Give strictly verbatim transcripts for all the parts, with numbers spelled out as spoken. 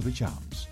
Víctor de Champs.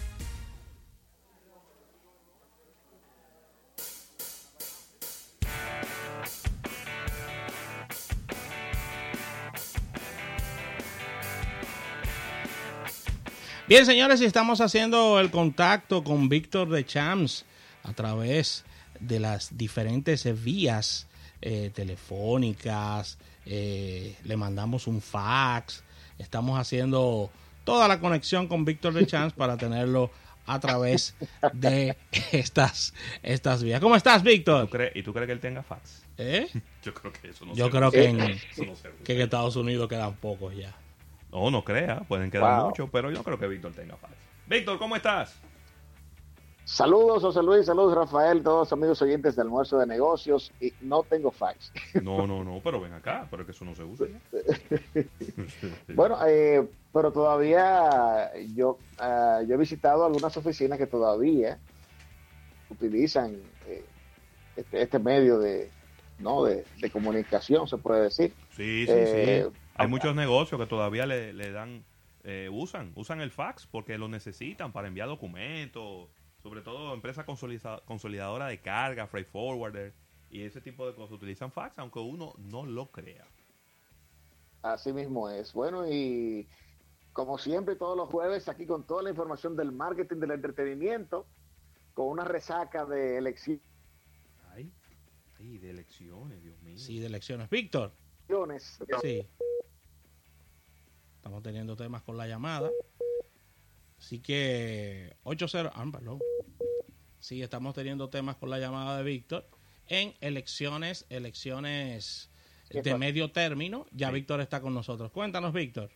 Bien, señores, y estamos haciendo el contacto con Víctor de Champs a través de las diferentes vías eh, telefónicas, eh, le mandamos un fax, estamos haciendo toda la conexión con Víctor de Champs para tenerlo a través de estas, estas vías. ¿Cómo estás, Víctor? ¿Tú crees, ¿Y tú crees que él tenga fax? ¿Eh? Yo creo que eso no Yo se creo usa. que en, Eso no se usa. que en Estados Unidos quedan pocos ya. No, no crea, pueden quedar Wow. muchos, pero yo creo que Víctor tenga fax. Víctor, ¿cómo estás? Saludos, José Luis, saludos, Rafael, todos los amigos oyentes de Almuerzo de Negocios. Y no tengo fax. No, no, no, pero ven acá, pero es que eso no se usa ya. Bueno, eh, pero todavía yo, uh, yo he visitado algunas oficinas que todavía utilizan eh, este, este medio de, ¿no? de, de comunicación, se puede decir. Sí, sí, Eh, sí. Hay muchos negocios que todavía le, le dan, eh, usan, usan el fax porque lo necesitan para enviar documentos, sobre todo empresas consolida- consolidadoras de carga, freight forwarder y ese tipo de cosas utilizan fax, aunque uno no lo crea. Así mismo es. Bueno, y como siempre, todos los jueves, aquí con toda la información del marketing, del entretenimiento, con una resaca de elecciones. Ay, ay, de elecciones, Dios mío. Sí, de elecciones. Víctor. Sí. Estamos teniendo temas con la llamada. Así que ocho cero, ah, perdón. Sí, estamos teniendo temas con la llamada de Víctor en elecciones, elecciones de medio término. Ya Sí. Víctor está con nosotros. Cuéntanos, Víctor.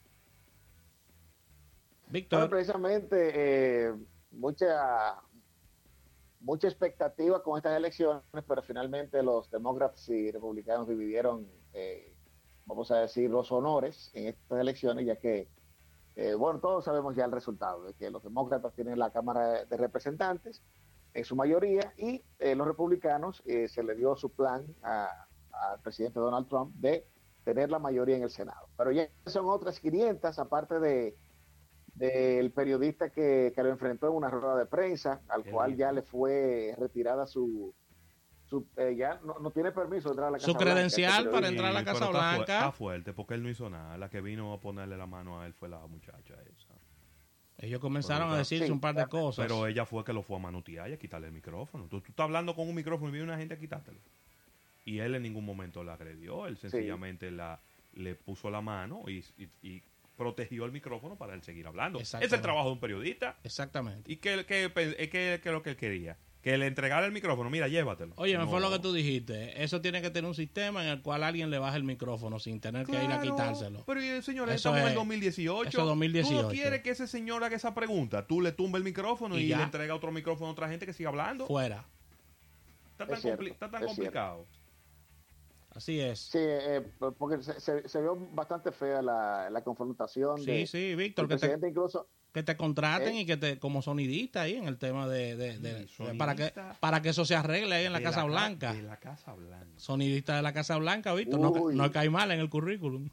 Bueno, Víctor. precisamente eh, mucha mucha expectativa con estas elecciones, pero finalmente los demócratas y republicanos dividieron, eh, vamos a decir, los honores en estas elecciones, ya que, eh, bueno, todos sabemos ya el resultado, de que los demócratas tienen la Cámara de Representantes en su mayoría y eh, los republicanos eh, se le dio su plan al presidente Donald Trump de tener la mayoría en el Senado. Pero ya son otras quinientas, aparte de del periodista que, que lo enfrentó en una rueda de prensa, al Qué cual lindo. ya le fue retirada su, su eh, ya no, no tiene permiso de entrar a la Casa Su credencial Blanca, para este entrar a la Sí, Casa pero está fu- Blanca. Está fuerte porque él no hizo nada. La que vino a ponerle la mano a él fue la muchacha esa. Ellos comenzaron Pero, a decirse sí, un par de cosas. Pero ella fue que lo fue a manotear y a quitarle el micrófono. Tú, tú estás hablando con un micrófono y viene una gente a quitártelo. Y él en ningún momento la agredió. Él sencillamente la, le puso la mano y, y, y protegió el micrófono para él seguir hablando. Es el trabajo de un periodista. Exactamente. ¿Y qué que, que, que, que lo que él quería? Que le entregara el micrófono. Mira, llévatelo. Oye, me No. fue lo que tú dijiste. Eso tiene que tener un sistema en el cual alguien le baje el micrófono sin tener que ir a Claro, quitárselo. Pero, eh, señores, Eso estamos en es- el dos mil dieciocho. eso es dos mil dieciocho. Tú no quieres que ese señor haga esa pregunta. Tú le tumba el micrófono Y y, ya. le entrega otro micrófono a otra gente que siga hablando. Fuera. Está tan, Es cierto, compli- está tan es complicado. Así es. Sí, eh, porque se, se, se vio bastante fea la, la confrontación. Sí, de, sí, Víctor, el que te, presidente incluso. que te contraten ¿Eh? y que te como sonidista ahí en el tema de, de, de- Sí, de- para que sonidista para que eso se arregle ahí en la De Casa ca- Blanca. De la Casa Blanca. Sonidista de la Casa Blanca, Víctor, no, Uy. no cae mal en el currículum.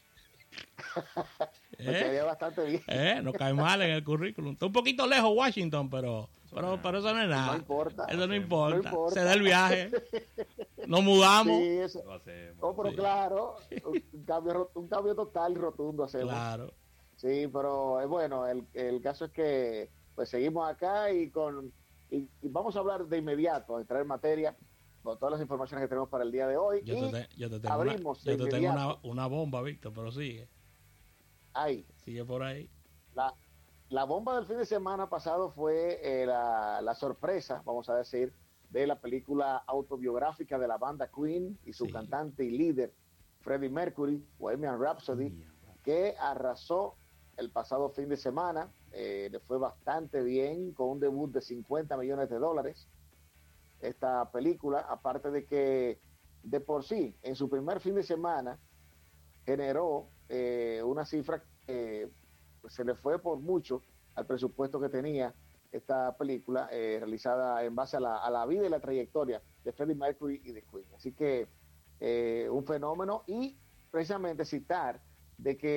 Me ¿Eh? quedaría bastante bien. ¿Eh? No cae mal en el currículum. Está un poquito lejos Washington, pero pero, pero eso no es nada. No importa. Eso no No importa. importa. Se da el viaje. Nos mudamos. Sí, eso. Lo hacemos. Oh, pero Sí. claro, un cambio, ro- un cambio total y rotundo hacemos. Claro. Sí, pero eh, bueno, el, el caso es que pues seguimos acá y con y, y vamos a hablar de inmediato, a entrar en materia con todas las informaciones que tenemos para el día de hoy. Yo y te, te- yo te tengo, una, abrimos yo de te tengo una, inmediato. una bomba, Víctor, pero sigue. ahí, Sigue por ahí. la, la bomba del fin de semana pasado fue eh, la, la sorpresa, vamos a decir, de la película autobiográfica de la banda Queen y su Sí. cantante y líder Freddie Mercury, Bohemian Rhapsody, que arrasó el pasado fin de semana. Eh, le fue bastante bien con un debut de cincuenta millones de dólares esta película, aparte de que de por sí en su primer fin de semana generó eh, una cifra que pues, se le fue por mucho al presupuesto que tenía esta película, eh, realizada en base a la, a la vida y la trayectoria de Freddie Mercury y de Queen. Así que eh, un fenómeno, y precisamente citar de que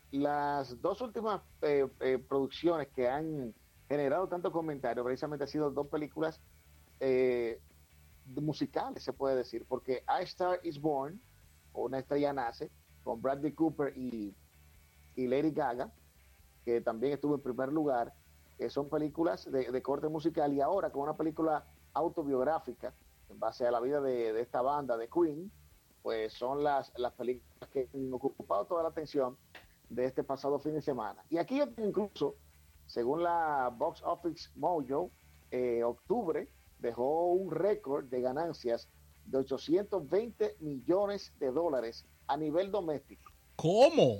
las dos últimas eh, eh, producciones que han generado tanto comentario precisamente han sido dos películas eh, musicales, se puede decir, porque A Star is Born, o Una estrella nace, con Bradley Cooper y, y Lady Gaga, que también estuvo en primer lugar, que son películas de, de corte musical, y ahora con una película autobiográfica en base a la vida de, de esta banda de Queen, pues son las, las películas que han ocupado toda la atención de este pasado fin de semana. Y aquí incluso, según la Box Office Mojo, eh, octubre dejó un récord de ganancias de ochocientos veinte millones de dólares a nivel doméstico. ¿Cómo?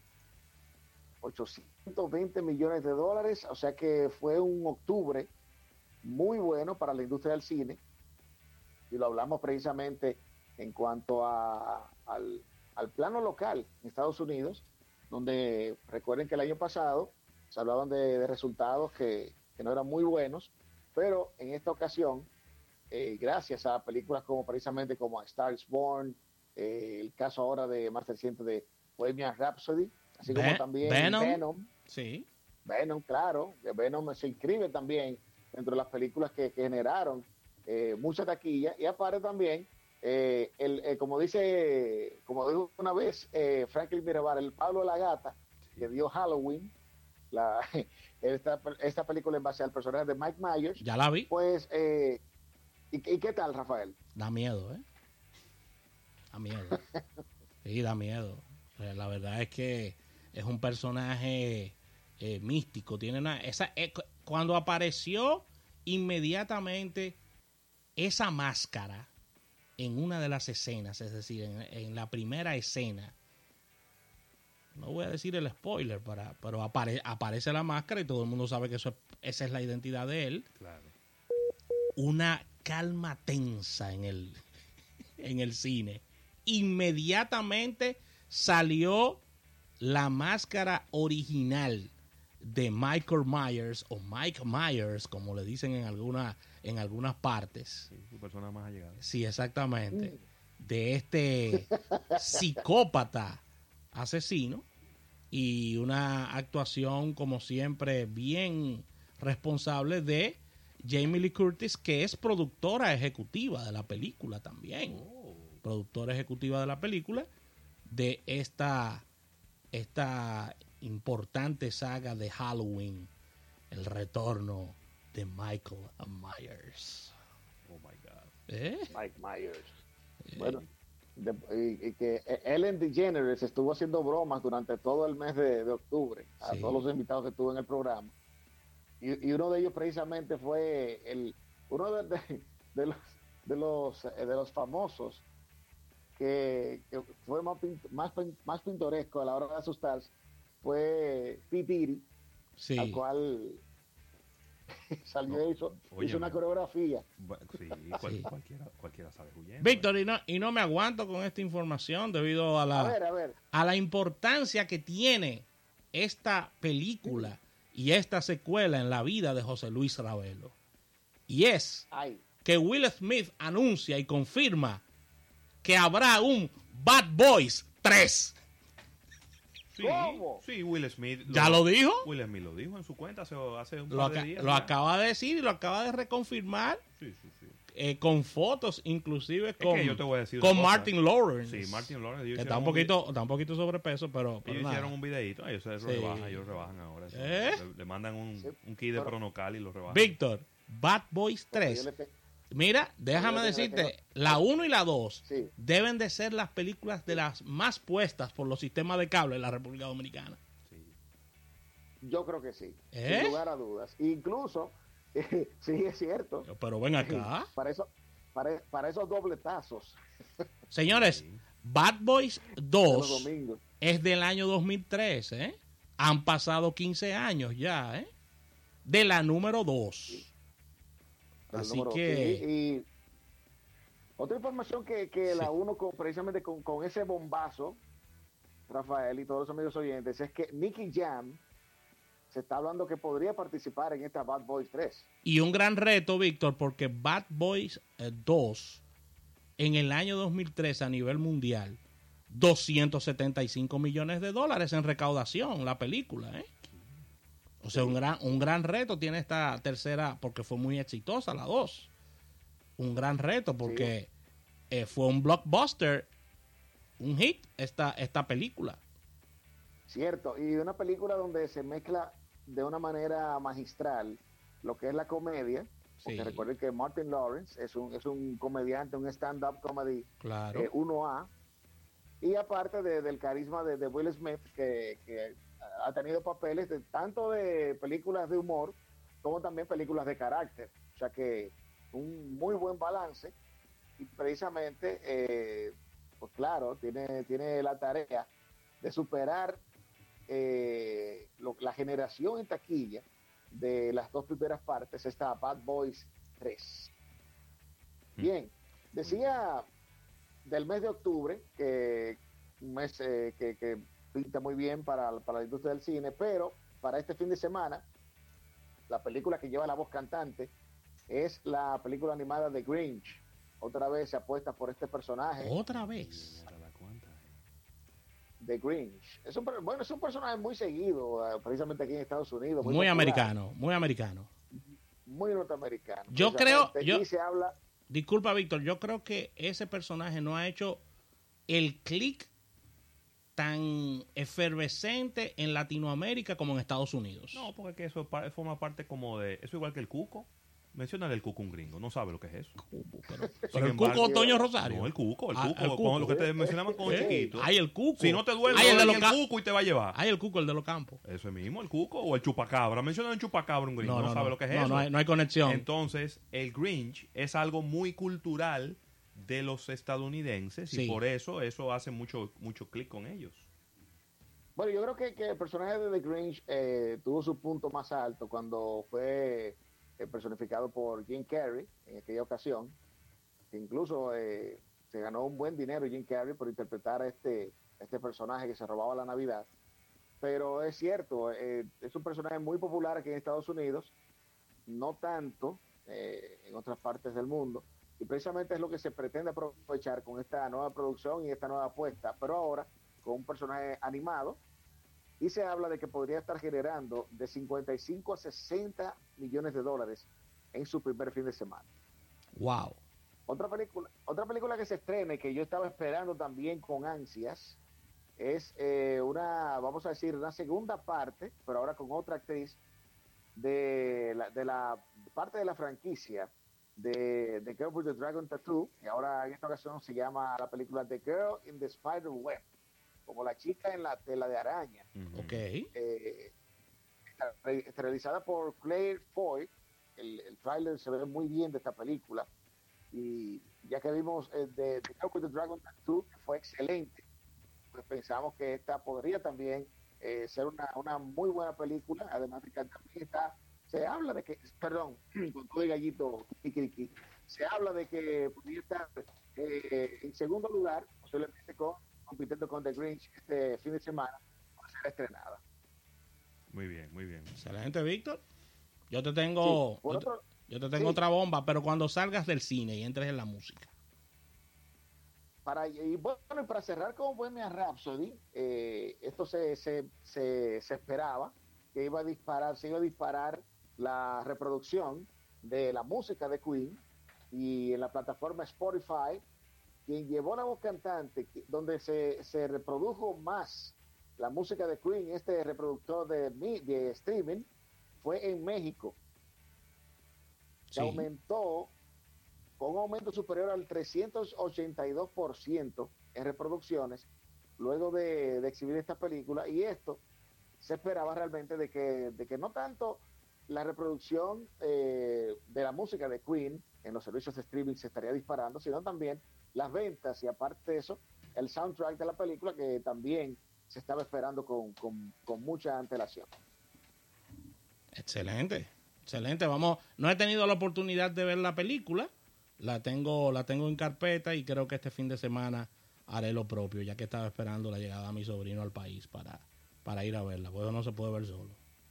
ochocientos veinte millones de dólares, o sea que fue un octubre muy bueno para la industria del cine, y lo hablamos precisamente en cuanto a, al, al plano local en Estados Unidos, donde recuerden que el año pasado se hablaban de, de resultados que, que no eran muy buenos, pero en esta ocasión, eh, gracias a películas como precisamente como A Star is Born, eh, el caso ahora de más reciente de Bohemian Rhapsody, así como Ven- también Venom. Venom, Sí. Venom, claro, que Venom se inscribe también dentro de las películas que, que generaron eh, mucha taquilla, y aparte también, eh, el, eh, como dice, como dijo una vez eh, Franklin Mirabal, el Pablo de la Gata, que dio Halloween, la, esta, esta película en base al personaje de Mike Myers, Ya la vi. pues, eh, ¿y, ¿y qué tal, Rafael? Da miedo, ¿eh? Da miedo. Sí, da miedo. Eh, La verdad es que es un personaje eh, místico. Tiene una, esa, eh, cu- cuando apareció inmediatamente esa máscara en una de las escenas, es decir, en, en la primera escena, no voy a decir el spoiler, para, pero apare- aparece la máscara y todo el mundo sabe que eso es- esa es la identidad de él. Claro. Una calma tensa en el, en el cine. Inmediatamente salió la máscara original de Michael Myers, o Mike Myers, como le dicen en, alguna, en algunas partes. Sí, su persona más allegada. Sí, exactamente. De este psicópata asesino. Y una actuación, como siempre, bien responsable de Jamie Lee Curtis, que es productora ejecutiva de la película también. Productora ejecutiva de la película, de esta, esta importante saga de Halloween, el retorno de Michael Myers. Oh my God. ¿Eh? Mike Myers. Bueno, de- y, y que Ellen DeGeneres estuvo haciendo bromas durante todo el mes de, de octubre a Sí. todos los invitados que tuvo en el programa, y, y uno de ellos precisamente fue el uno de, de- de los de los eh, de los famosos que, que fue más, pin- más pin- más pintoresco a la hora de asustarse, fue P. Diddy, Sí. al cual salió No, y hizo, óyeme. hizo una coreografía. Bu- Sí, cual- Sí. Cualquiera, cualquiera sabe huyendo. Víctor, y no, y no me aguanto con esta información debido a la, A ver, a ver. a la importancia que tiene esta película y esta secuela en la vida de José Luis Ravelo. Y es Ay, que Will Smith anuncia y confirma que habrá un Bad Boys tres. Sí, ¿Cómo? sí, Will Smith. ¿Ya lo dijo? Will Smith lo dijo en su cuenta hace, hace un Lo, par de aca- días. lo ya. acaba de decir y lo acaba de reconfirmar Sí, sí, sí. eh, con fotos, inclusive con, que yo te voy a decir con una cosa. Martin Lawrence. Sí, Martin Lawrence. Que ellos está un hicieron un poquito, está un poquito sobrepeso, pero, pero Ellos nada. hicieron un videito, ellos se Sí. rebajan, ellos rebajan ahora. eso. ¿Eh? Le, le mandan un, Sí, un kit de pero- Pronocal y lo rebajan. Víctor, Bad Boys porque tres. yo le pe- Mira, déjame yo le tengo decirte, que- la uno y la dos Sí. deben de ser las películas de las más puestas por los sistemas de cable en la República Dominicana. Sí. Yo creo que sí, ¿Eh? sin lugar a dudas. Incluso, sí, es cierto. Pero ven acá. Para, eso, para, para esos dobletazos Señores, Sí. Bad Boys de los dos domingos. es del año dos mil tres, ¿eh? Han pasado quince años ya, ¿eh? De la número dos. el Así número- que... Y, y otra información que, que Sí. la uno con, precisamente con, con ese bombazo, Rafael y todos los amigos oyentes, es que Nicky Jam se está hablando que podría participar en esta Bad Boys tres. Y un gran reto, Víctor, porque Bad Boys eh, dos en el año dos mil tres a nivel mundial doscientos setenta y cinco millones de dólares en recaudación la película, ¿eh? O sea, un gran, un gran reto tiene esta tercera, porque fue muy exitosa la dos. Un gran reto porque sí. eh, fue un blockbuster, un hit esta, esta película. Cierto, y una película donde se mezcla de una manera magistral lo que es la comedia, porque sí. recuerden que Martin Lawrence es un, es un comediante, un stand-up comedy claro. eh, uno A, y aparte de, del carisma de, de Will Smith, que, que ha tenido papeles de, tanto de películas de humor como también películas de carácter, o sea que un muy buen balance, y precisamente eh, pues claro, tiene, tiene la tarea de superar eh, lo, la generación en taquilla de las dos primeras partes, esta Bad Boys tres. Bien, decía del mes de octubre, que un mes eh, que, que pinta muy bien para, para la industria del cine, pero para este fin de semana, la película que lleva la voz cantante es la película animada The Grinch. Otra vez se apuesta por este personaje. ¿Otra vez? The Grinch. Es un, bueno, es un personaje muy seguido, uh, precisamente aquí en Estados Unidos. Muy, muy americano, muy americano. Muy norteamericano. Yo creo... Aquí yo, se habla... Disculpa, Víctor, yo creo que ese personaje no ha hecho el click tan efervescente en Latinoamérica como en Estados Unidos. No, porque eso forma parte como de... Eso igual que el Cuco. Menciónale el Cuco un gringo, no sabe lo que es eso. Pero, pero el Cuco Toño Rosario. No, el Cuco, el ah, Cuco, el Cuco. Con lo que te mencionaban con el chiquito. Hay el Cuco. Si no te duele, hay el, de los el Cuco y te va a llevar. Hay el Cuco, el de los campos. Eso mismo, el Cuco o el chupacabra. Menciona el chupacabra un gringo, no, no, no sabe no, lo que es no, eso. No hay, no hay conexión. Entonces, el Grinch es algo muy cultural de los estadounidenses sí. y por eso eso hace mucho mucho clic con ellos. Bueno, yo creo que, que el personaje de The Grinch eh, tuvo su punto más alto cuando fue eh, personificado por Jim Carrey en aquella ocasión, que incluso eh, se ganó un buen dinero Jim Carrey por interpretar a este, este personaje que se robaba la Navidad. Pero es cierto, eh, es un personaje muy popular aquí en Estados Unidos, no tanto eh, en otras partes del mundo, y precisamente es lo que se pretende aprovechar con esta nueva producción y esta nueva apuesta, pero ahora con un personaje animado, y se habla de que podría estar generando de cincuenta y cinco a sesenta millones de dólares en su primer fin de semana. Wow. Otra película, otra película que se estrena y que yo estaba esperando también con ansias es eh, una, vamos a decir, una segunda parte, pero ahora con otra actriz de la, de la parte de la franquicia de The Girl with the Dragon Tattoo, y ahora en esta ocasión se llama la película The Girl in the Spider Web, como la chica en la tela de araña. Uh-huh. Ok. Eh, está, está realizada por Claire Foy. El, el tráiler se ve muy bien de esta película, y ya que vimos eh, de The Girl with the Dragon Tattoo, que fue excelente, pues pensamos que esta podría también eh, ser una, una muy buena película, además de que también está, se habla de que, perdón, con todo el gallito, kikiriki, se habla de que podría estar eh, en segundo lugar, posiblemente con, compitiendo con The Grinch este fin de semana, para ser estrenada. Muy bien, muy bien. Excelente, Víctor. Yo te tengo, sí, yo, otro, te, yo te tengo sí. otra bomba, pero cuando salgas del cine y entres en la música. Para, y bueno, y para cerrar con Bohemian Rhapsody, eh, esto se, se, se, se esperaba que iba a disparar, se iba a disparar la reproducción de la música de Queen, y en la plataforma Spotify, quien llevó la voz cantante, donde se, se reprodujo más la música de Queen, este reproductor de, de streaming, fue en México. Se sí. aumentó con un aumento superior al trescientos ochenta y dos por ciento en reproducciones luego de, de exhibir esta película, y esto se esperaba realmente de que, de que no tanto la reproducción eh, de la música de Queen en los servicios de streaming se estaría disparando, sino también las ventas, y aparte de eso, el soundtrack de la película, que también se estaba esperando con, con, con mucha antelación. Excelente, excelente. Vamos, no he tenido la oportunidad de ver la película, la tengo, la tengo en carpeta, y creo que este fin de semana haré lo propio, ya que estaba esperando la llegada de mi sobrino al país para, para ir a verla, porque no se puede ver solo.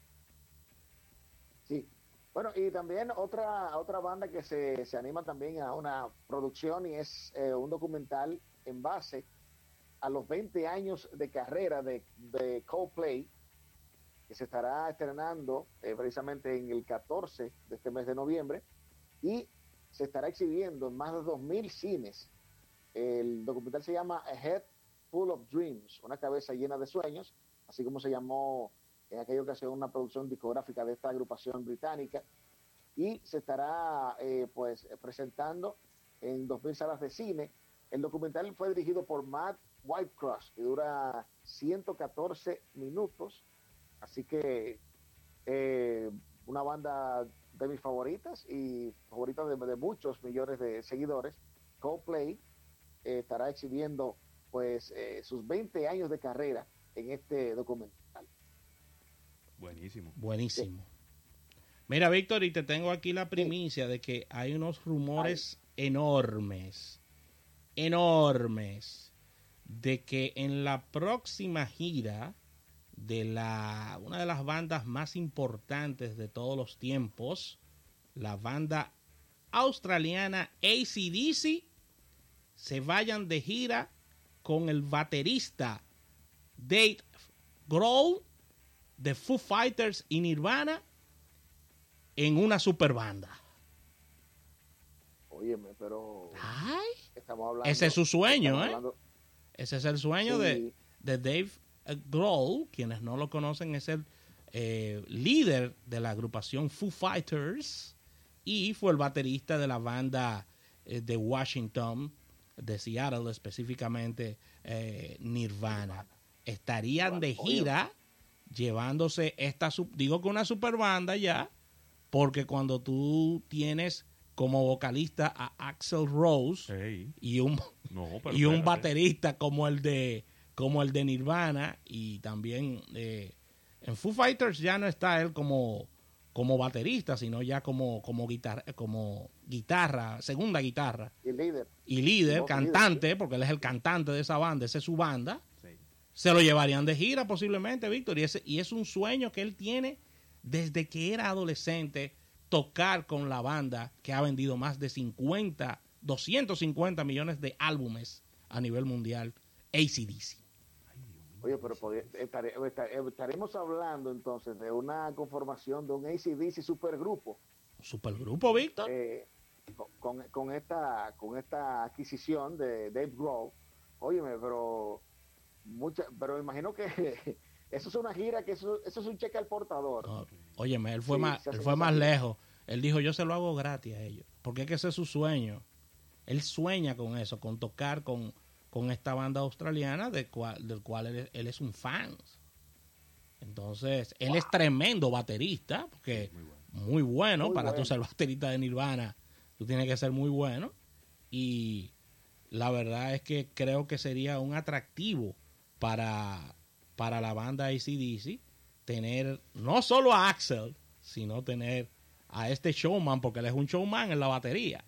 Sí. Bueno, y también otra otra banda que se, se anima también a una producción, y es eh, un documental en base a los veinte años de carrera de, de Coldplay, que se estará estrenando eh, precisamente en el catorce de este mes de noviembre, y se estará exhibiendo en más de dos mil cines. El documental se llama A Head Full of Dreams, una cabeza llena de sueños, así como se llamó en aquella ocasión una producción discográfica de esta agrupación británica, y se estará eh, pues presentando en dos mil salas de cine. El documental fue dirigido por Matt Whitecross y dura ciento catorce minutos, así que eh, una banda de mis favoritas y favoritas de, de muchos millones de seguidores. Coldplay eh, estará exhibiendo pues eh, sus veinte años de carrera en este documental. Buenísimo. Buenísimo. Sí. Mira, Víctor, y te tengo aquí la primicia sí. de que hay unos rumores Ay. enormes, enormes, de que en la próxima gira de la una de las bandas más importantes de todos los tiempos, la banda australiana A C D C, se vayan de gira con el baterista Dave Grohl de Foo Fighters y Nirvana en una super banda. Óyeme, pero Ay, estamos hablando, ese es su sueño, ¿eh? Hablando, ese es el sueño sí. de, de Dave Grohl. Quienes no lo conocen, es el eh, líder de la agrupación Foo Fighters y fue el baterista de la banda eh, de Washington, de Seattle específicamente, eh, Nirvana. Estarían de gira llevándose esta, digo que una super banda ya, porque cuando tú tienes como vocalista a Axl Rose hey. y un no, y un baterista como el de como el de Nirvana, y también eh, en Foo Fighters ya no está él como como baterista, sino ya como como guitarra, como guitarra, segunda guitarra y líder y líder, cantante, líder, ¿sí? Porque él es el cantante de esa banda, esa es su banda. Sí. Se lo llevarían de gira posiblemente, Víctor, y, ese, y es un sueño que él tiene desde que era adolescente, tocar con la banda que ha vendido más de cincuenta, doscientos cincuenta millones de álbumes a nivel mundial, A C D C. Oye, pero podría, estaré, estaremos hablando entonces de una conformación de un A C D C supergrupo. ¿Supergrupo, Víctor? Eh, con, con, esta, con esta adquisición de Dave Grohl. Óyeme, pero, mucha, pero imagino que... Eso es una gira, que eso, eso es un cheque al portador. No, óyeme, él fue, sí, más, él fue más lejos. Él dijo, yo se lo hago gratis a ellos. Porque es que ese es su sueño. Él sueña con eso, con tocar con, con esta banda australiana de cual, del cual él, él es un fan. Entonces, él wow. es tremendo baterista, porque sí, muy bueno, muy bueno muy para bueno. tú ser baterista de Nirvana, tú tienes que ser muy bueno. Y la verdad es que creo que sería un atractivo para... para la banda A C D C, tener no solo a Axl, sino tener a este showman, porque él es un showman en la batería.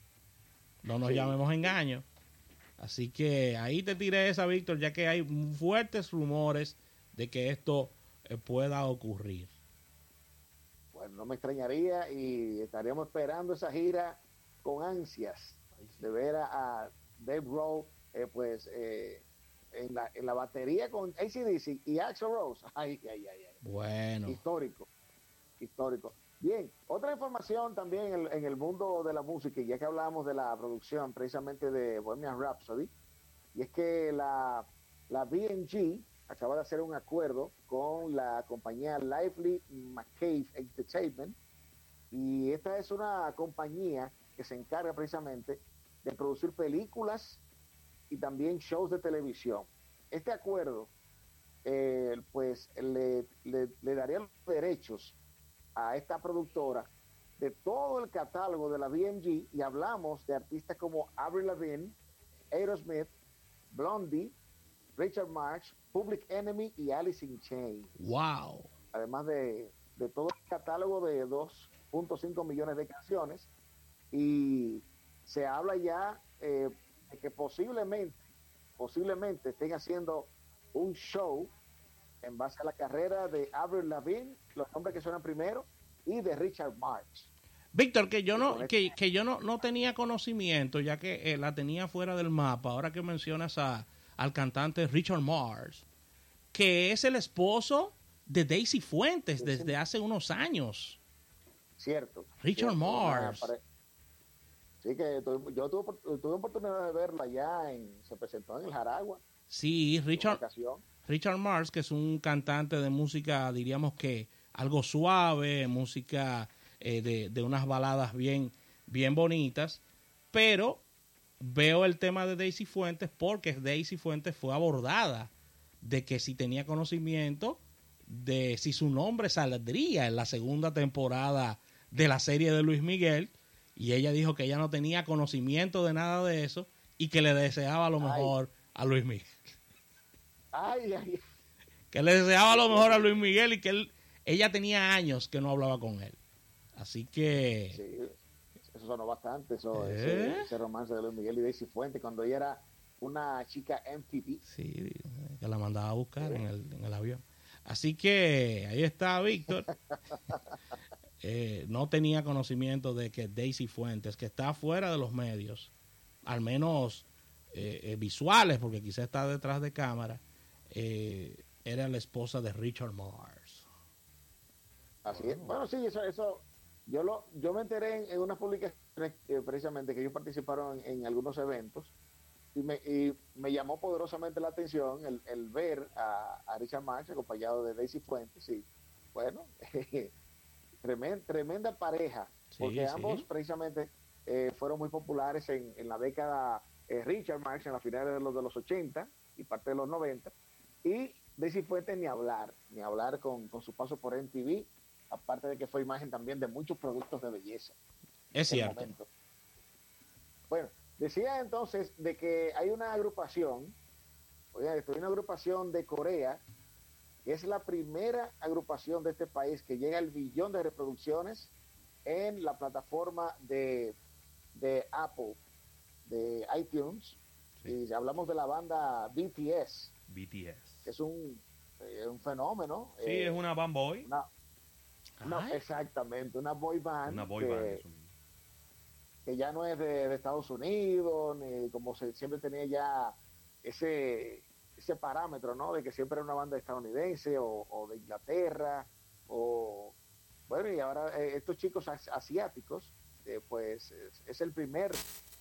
No nos sí. llamemos engaño. Así que ahí te tiré esa, Víctor, ya que hay fuertes rumores de que esto eh, pueda ocurrir. Bueno, no me extrañaría y estaríamos esperando esa gira con ansias de ver a, a Dave Grohl, eh, pues... Eh, En la, en la batería con A C D C y Axl Rose. Ay, ay, ay, ay. Bueno. Histórico. Histórico. Bien, otra información también en el, en el mundo de la música, y ya que hablábamos de la producción precisamente de Bohemian Rhapsody, y es que la, la B M G acaba de hacer un acuerdo con la compañía Lively McCabe Entertainment, y esta es una compañía que se encarga precisamente de producir películas y también shows de televisión. Este acuerdo eh, pues le, le, le daría los derechos a esta productora de todo el catálogo de la B M G, y hablamos de artistas como Avril Lavigne, Aerosmith, Blondie, Richard Marx, Public Enemy y Alice in Chains. Wow. Además de, de todo el catálogo de dos punto cinco millones de canciones, y se habla ya eh, de que posiblemente, posiblemente estén haciendo un show en base a la carrera de Avril Lavigne, los nombres que suenan primero, y de Richard Marx. Víctor, que yo no, que, que yo no, no tenía conocimiento, ya que eh, la tenía fuera del mapa. Ahora que mencionas a, al cantante Richard Marx, que es el esposo de Daisy Fuentes desde hace unos años. Cierto. Richard cierto, Marx. Pare... Sí, que tuve, yo tuve, tuve oportunidad de verlo allá, en, se presentó en el Jaragua. Sí, Richard, Richard Marx, que es un cantante de música, diríamos que algo suave, música eh, de, de unas baladas bien, bien bonitas, pero veo el tema de Daisy Fuentes porque Daisy Fuentes fue abordada de que si tenía conocimiento de si su nombre saldría en la segunda temporada de la serie de Luis Miguel, y ella dijo que ella no tenía conocimiento de nada de eso y que le deseaba lo mejor ay. a Luis Miguel. Ay, ay. Que le deseaba lo mejor a Luis Miguel y que él, ella tenía años que no hablaba con él. Así que... Sí, eso sonó bastante, eso, ¿Eh? ese, ese romance de Luis Miguel y Daisy Fuentes cuando ella era una chica M T V. Sí, que la mandaba a buscar sí. en, el, en el avión. Así que ahí está Víctor. eh, no tenía conocimiento de que Daisy Fuentes, que está fuera de los medios, al menos eh, eh, visuales, porque quizá está detrás de cámara, eh, era la esposa de Richard Marx. Así es. Bueno, sí, eso, eso yo lo, yo me enteré en, en unas publicaciones eh, precisamente que ellos participaron en, en algunos eventos y me, y me llamó poderosamente la atención el, el ver a, a Richard Marx acompañado de Daisy Fuentes y bueno, tremenda, tremenda pareja, sí, porque sí. ambos precisamente eh, fueron muy populares en, en la década, eh, Richard Marx en la finales de los de los ochenta y parte de los noventa, y Daisy Fuentes ni hablar, ni hablar con, con su paso por M T V, aparte de que fue imagen también de muchos productos de belleza. Es cierto. Momento. Bueno, decía entonces de que hay una agrupación, oigan, esto, hay una agrupación de Corea, que es la primera agrupación de este país que llega al billón de reproducciones en la plataforma de, de Apple, de iTunes, sí. Y hablamos de la banda B T S. B T S. Que es un, eh, un fenómeno. Sí, eh, es una band boy. Una, no, exactamente, una boy band. Una boy que, band, eso mismo. Que ya no es de, de Estados Unidos, ni como se siempre tenía ya ese, ese parámetro, ¿no? De que siempre era una banda estadounidense o, o de Inglaterra, o bueno, y ahora eh, estos chicos as, asiáticos, eh, pues es, es el primer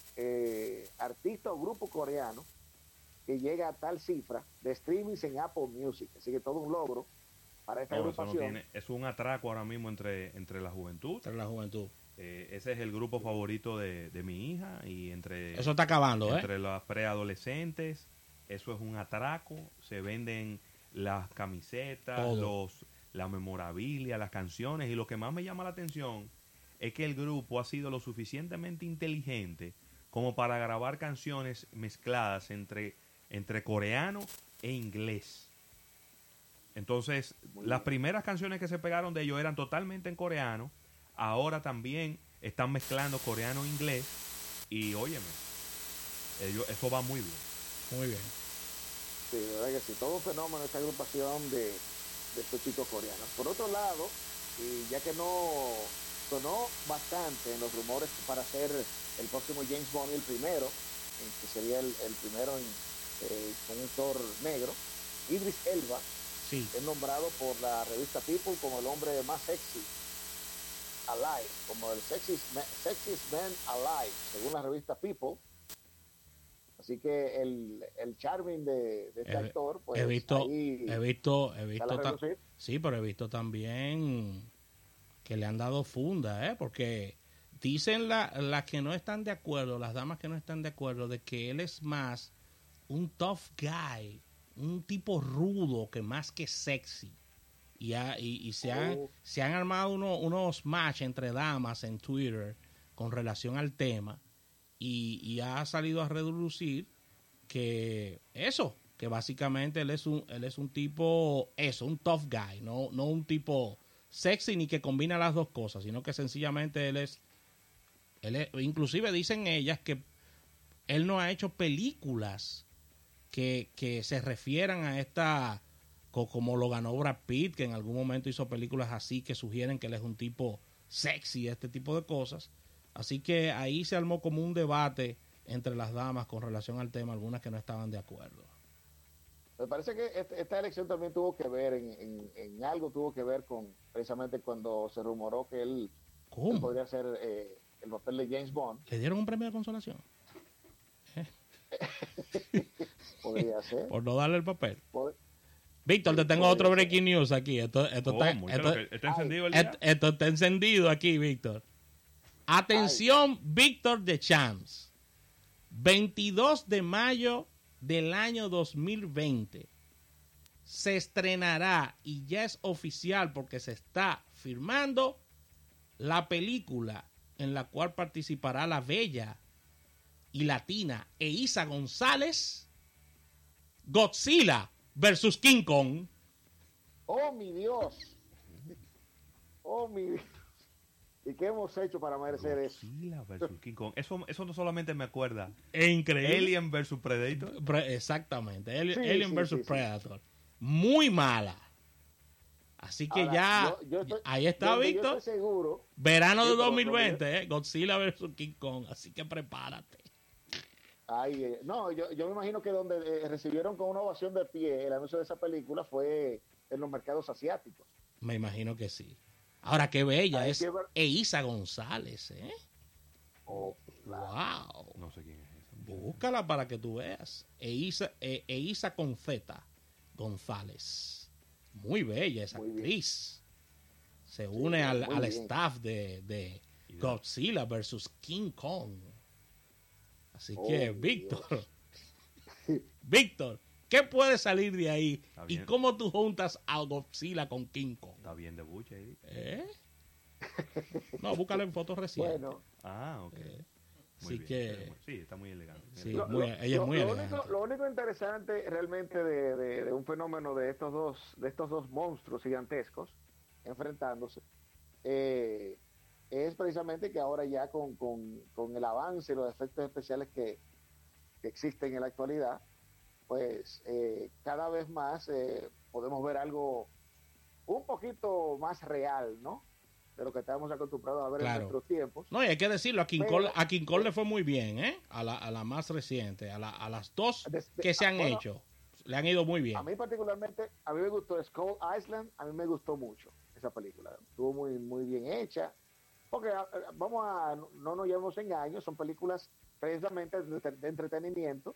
eh, artista o grupo coreano que llega a tal cifra de streamings en Apple Music, así que todo un logro para esta no, agrupación. Eso no tiene, es un atraco ahora mismo entre, entre la juventud. Entre la juventud. Eh, ese es el grupo favorito de, de mi hija y entre eso está acabando, entre ¿eh? los preadolescentes eso es un atraco, se venden las camisetas, Todo. los la memorabilia, las canciones, y lo que más me llama la atención es que el grupo ha sido lo suficientemente inteligente como para grabar canciones mezcladas entre, entre coreano e inglés. Entonces, las primeras canciones que se pegaron de ellos eran totalmente en coreano. Ahora también están mezclando coreano e inglés. Y óyeme, ellos, eso va muy bien. Muy bien. Sí, de verdad que sí. Todo un fenómeno esta agrupación de, de estos chicos coreanos. Por otro lado, y ya que no sonó bastante en los rumores para ser el próximo James Bond, el primero, que sería el, el primero en, eh, con un Thor negro, Idris Elba, sí. es nombrado por la revista People como el hombre más sexy alive, como el sexiest man, sexiest man alive, según la revista People. Así que el, el charming de, de este he, actor, pues he visto, ahí he visto, he visto, ta- sí, pero he visto también que le han dado funda, ¿eh? Porque dicen las la que no están de acuerdo, las damas que no están de acuerdo, de que él es más un tough guy, un tipo rudo que más que sexy. Y, ha, y, y se, han, oh. se han armado uno, unos match entre damas en Twitter con relación al tema. Y, y ha salido a reducir que eso, que básicamente él es un, él es un tipo, eso, un tough guy, no, no un tipo sexy ni que combina las dos cosas, sino que sencillamente él es, él es, inclusive dicen ellas que él no ha hecho películas que, que se refieran a esta, como lo ganó Brad Pitt, que en algún momento hizo películas así que sugieren que él es un tipo sexy, este tipo de cosas. Así que ahí se armó como un debate entre las damas con relación al tema, algunas que no estaban de acuerdo. Me parece que este, esta elección también tuvo que ver en, en, en, algo, tuvo que ver con precisamente cuando se rumoró que él, él podría ser eh, el papel de James Bond. ¿Le dieron un premio de consolación? Podría ser. Por no darle el papel. Pod Víctor, te tengo otro breaking news aquí. Esto, esto, está, esto, ¿Está encendido el día? Esto, esto está encendido aquí, Víctor. Atención, ay. Víctor de Champs. veintidós de mayo del año dos mil veinte se estrenará, y ya es oficial porque se está firmando, la película en la cual participará la bella y latina Eiza González, Godzilla versus King Kong. ¡Oh, mi Dios! ¡Oh, mi Dios! ¿Y qué hemos hecho para merecer Godzilla eso? versus King Kong. Eso, eso no solamente me acuerda. Es increíble. Alien versus Predator. Pre exactamente. Alien, sí, Alien sí, versus sí, sí. Predator. Muy mala. Así que Ahora, ya, yo, yo estoy, ahí está, yo, Víctor. Yo estoy seguro. Verano de dos mil veinte, eh, Godzilla versus King Kong. Así que prepárate. Ay, eh, no, yo, yo me imagino que donde eh, recibieron con una ovación de pie el anuncio de esa película fue en los mercados asiáticos. Me imagino que sí. Ahora, qué bella Ay, es ver... Eiza González, ¿eh? Oh, claro. Wow. No sé quién es esa. Búscala para que tú veas. Eiza, eh, Eiza con Z González. Muy bella esa muy actriz. Bien. Se une sí, al, al staff de, de Godzilla versus King Kong. Así oh, que, Víctor, Víctor, ¿qué puede salir de ahí? ¿Y cómo tú juntas a Godzilla con King Kong? Está bien de buche ahí. ¿Eh? No, búscalo en fotos recientes. Bueno. Ah, ok. Eh, muy así bien, que... Sí, está muy elegante. Sí, lo, muy, lo, ella es lo, muy lo elegante. Único, lo único interesante realmente de, de, de un fenómeno de estos dos, de estos dos monstruos gigantescos enfrentándose, eh, es precisamente que ahora ya con, con, con el avance y los efectos especiales que, que existen en la actualidad, pues eh, cada vez más eh, podemos ver algo un poquito más real, ¿no? De lo que estábamos acostumbrados a ver claro. en nuestros tiempos. No, y hay que decirlo, a King Pero, Kong, a King Kong eh, le fue muy bien, ¿eh? A la, a la más reciente, a, la, a las dos desde, que se han bueno, hecho, le han ido muy bien. A mí particularmente, a mí me gustó Skull Island, a mí me gustó mucho esa película, estuvo muy, muy bien hecha. Porque vamos a, no nos llevemos engaños, son películas precisamente de, de entretenimiento.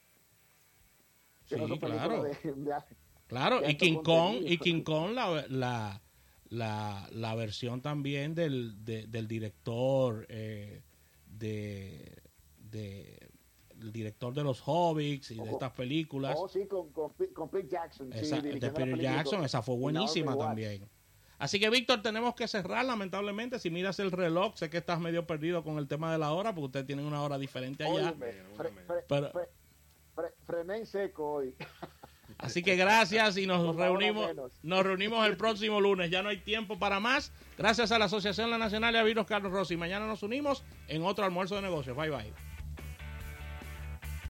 Sí, no claro. De, de, claro, de y King Kong, y King Kong, la, la, la, la versión también del, de, del director, eh, de, de, el director de los Hobbits y de estas películas. Oh, sí, con, con, con Peter Jackson. Esa, sí, de Peter Jackson, esa fue buenísima también. Así que, Víctor, tenemos que cerrar, lamentablemente. Si miras el reloj, sé que estás medio perdido con el tema de la hora, porque ustedes tienen una hora diferente allá. Óyeme, fre, fre, Pero, fre, fre, frené en seco hoy. Así que gracias y nos reunimos nos reunimos el próximo lunes. Ya no hay tiempo para más. Gracias a la Asociación La Nacional y a Virus Carlos Rossi. Mañana nos unimos en otro almuerzo de negocios. Bye, bye.